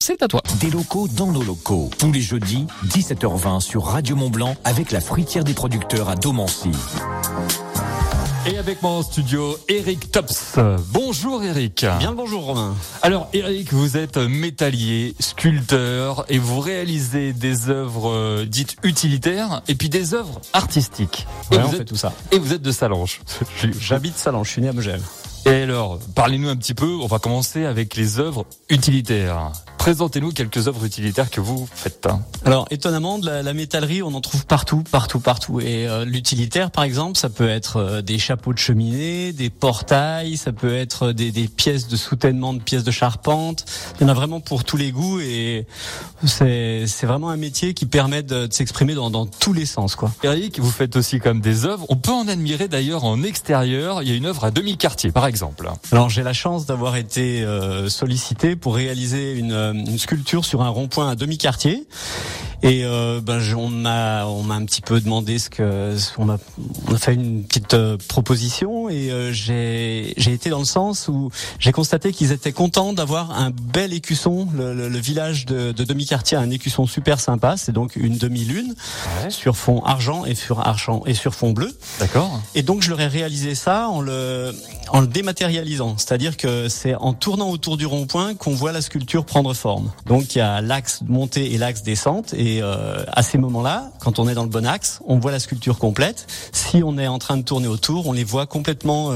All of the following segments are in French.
C'est à toi. Des locaux dans nos locaux. Tous les jeudis, 17h20 sur Radio Mont-Blanc avec la fruitière des producteurs à Domancy. Et avec moi en studio, Eric Tops. Bonjour Eric. Bien le bonjour Romain. Alors Eric, vous êtes métallier, sculpteur et vous réalisez des œuvres dites utilitaires et puis des œuvres artistiques. Ouais, on fait tout ça. Et vous êtes de Sallanches. J'habite Sallanches, je suis né à Megève. Et alors, parlez-nous un petit peu, on va commencer avec les œuvres utilitaires. Présentez-nous quelques œuvres utilitaires que vous faites. Alors, étonnamment, de la métallerie, on en trouve partout. Et l'utilitaire, par exemple, ça peut être des chapeaux de cheminée, des portails, ça peut être des pièces de soutènement, de pièces de charpente. Il y en a vraiment pour tous les goûts et c'est vraiment un métier qui permet de s'exprimer dans tous les sens, quoi. Eric, vous faites aussi comme des œuvres. On peut en admirer d'ailleurs en extérieur. Il y a une œuvre à demi-quartier, par exemple. Alors, j'ai la chance d'avoir été sollicité pour réaliser une sculpture sur un rond-point à demi-quartier. Et on m'a un petit peu demandé on a fait une petite proposition et j'ai été dans le sens où j'ai constaté qu'ils étaient contents d'avoir un bel écusson. Le village de demi-quartier a un écusson super sympa, c'est donc une demi-lune sur fond argent et sur fond bleu. D'accord. Et donc je leur ai réalisé ça en le dématérialisant, c'est-à-dire que c'est en tournant autour du rond-point qu'on voit la sculpture prendre forme. Donc il y a l'axe montée et l'axe descente et à ces moments-là, quand on est dans le bon axe, on voit la sculpture complète. Si on est en train de tourner autour, on les voit complètement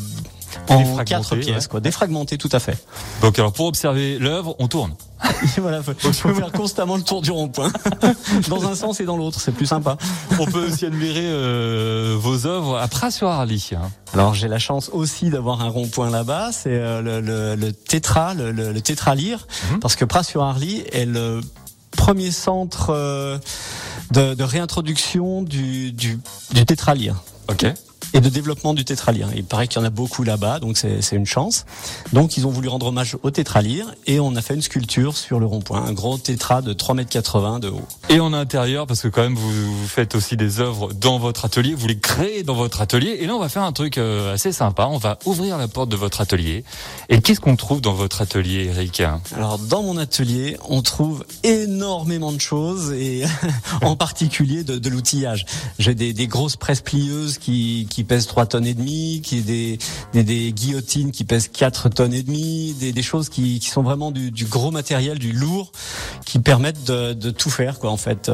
en 4 pièces, quoi, défragmentées, tout à fait. Donc alors pour observer l'œuvre, on tourne. Voilà, faut faire constamment le tour du rond-point, dans un sens et dans l'autre, c'est plus sympa. On peut aussi admirer vos œuvres à Pras-sur-Arly. Alors j'ai la chance aussi d'avoir un rond-point là-bas, c'est le tétralyre, parce que Pras-sur-Arly est le premier centre de réintroduction du tétralyre. Ok. Et de développement du tétralyre. Il paraît qu'il y en a beaucoup là-bas, donc c'est une chance. Donc ils ont voulu rendre hommage au tétralyre et on a fait une sculpture sur le rond-point, un gros tétra de 3,80 m de haut. Et en intérieur, parce que quand même vous faites aussi des œuvres dans votre atelier, vous les créez dans votre atelier. Et là on va faire un truc assez sympa, on va ouvrir la porte de votre atelier. Et qu'est-ce qu'on trouve dans votre atelier, Eric ? Alors dans mon atelier, on trouve énormément de choses et en particulier de l'outillage. J'ai des grosses presses plieuses qui pèsent 3,5 tonnes, qui des guillotines qui pèsent 4,5 tonnes, des choses qui sont vraiment du gros matériel, du lourd, qui permettent de tout faire, quoi, en fait,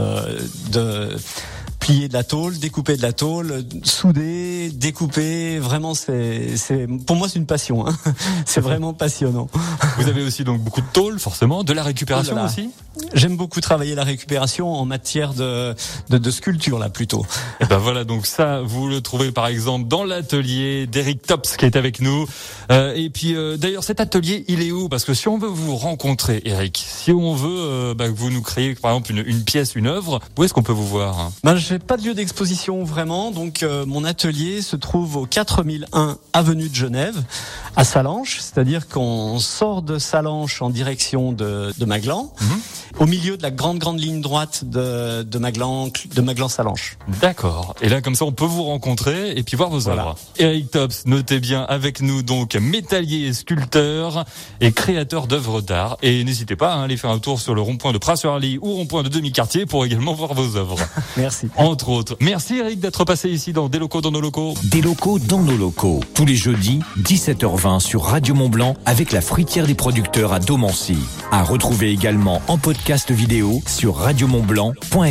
de plier de la tôle, découper de la tôle, souder, découper. Vraiment, pour moi, c'est une passion. Hein. C'est vraiment passionnant. Vous avez aussi donc beaucoup de tôle, forcément, de la récupération aussi. J'aime beaucoup travailler la récupération en matière de sculpture, là, plutôt. Et ben voilà, donc ça, vous le trouvez par exemple dans l'atelier d'Eric Tops qui est avec nous. Et puis d'ailleurs, cet atelier, il est où ? Parce que si on veut vous rencontrer, Eric, si on veut que vous nous créez par exemple une pièce, une œuvre, où est-ce qu'on peut vous voir ? J'ai pas de lieu d'exposition vraiment, donc mon atelier se trouve au 4001 avenue de Genève, à Sallanches, c'est-à-dire qu'on sort de Sallanches en direction de Maglan, au milieu de la grande ligne droite de Maglan-Sallanches. D'accord. Et là, comme ça, on peut vous rencontrer et puis voir vos œuvres. Eric Tops, notez bien avec nous donc métallier et sculpteur et créateur d'œuvres d'art. Et n'hésitez pas à aller faire un tour sur le rond-point de Pras-sur-Arly ou rond-point de demi-quartier pour également voir vos œuvres. Merci. Entre autres. Merci Eric d'être passé ici dans Des locaux dans nos locaux. Des locaux dans nos locaux. Tous les jeudis, 17h20 sur Radio Mont-Blanc avec la fruitière des producteurs à Domancy. À retrouver également en podcast vidéo sur radiomontblanc.fr.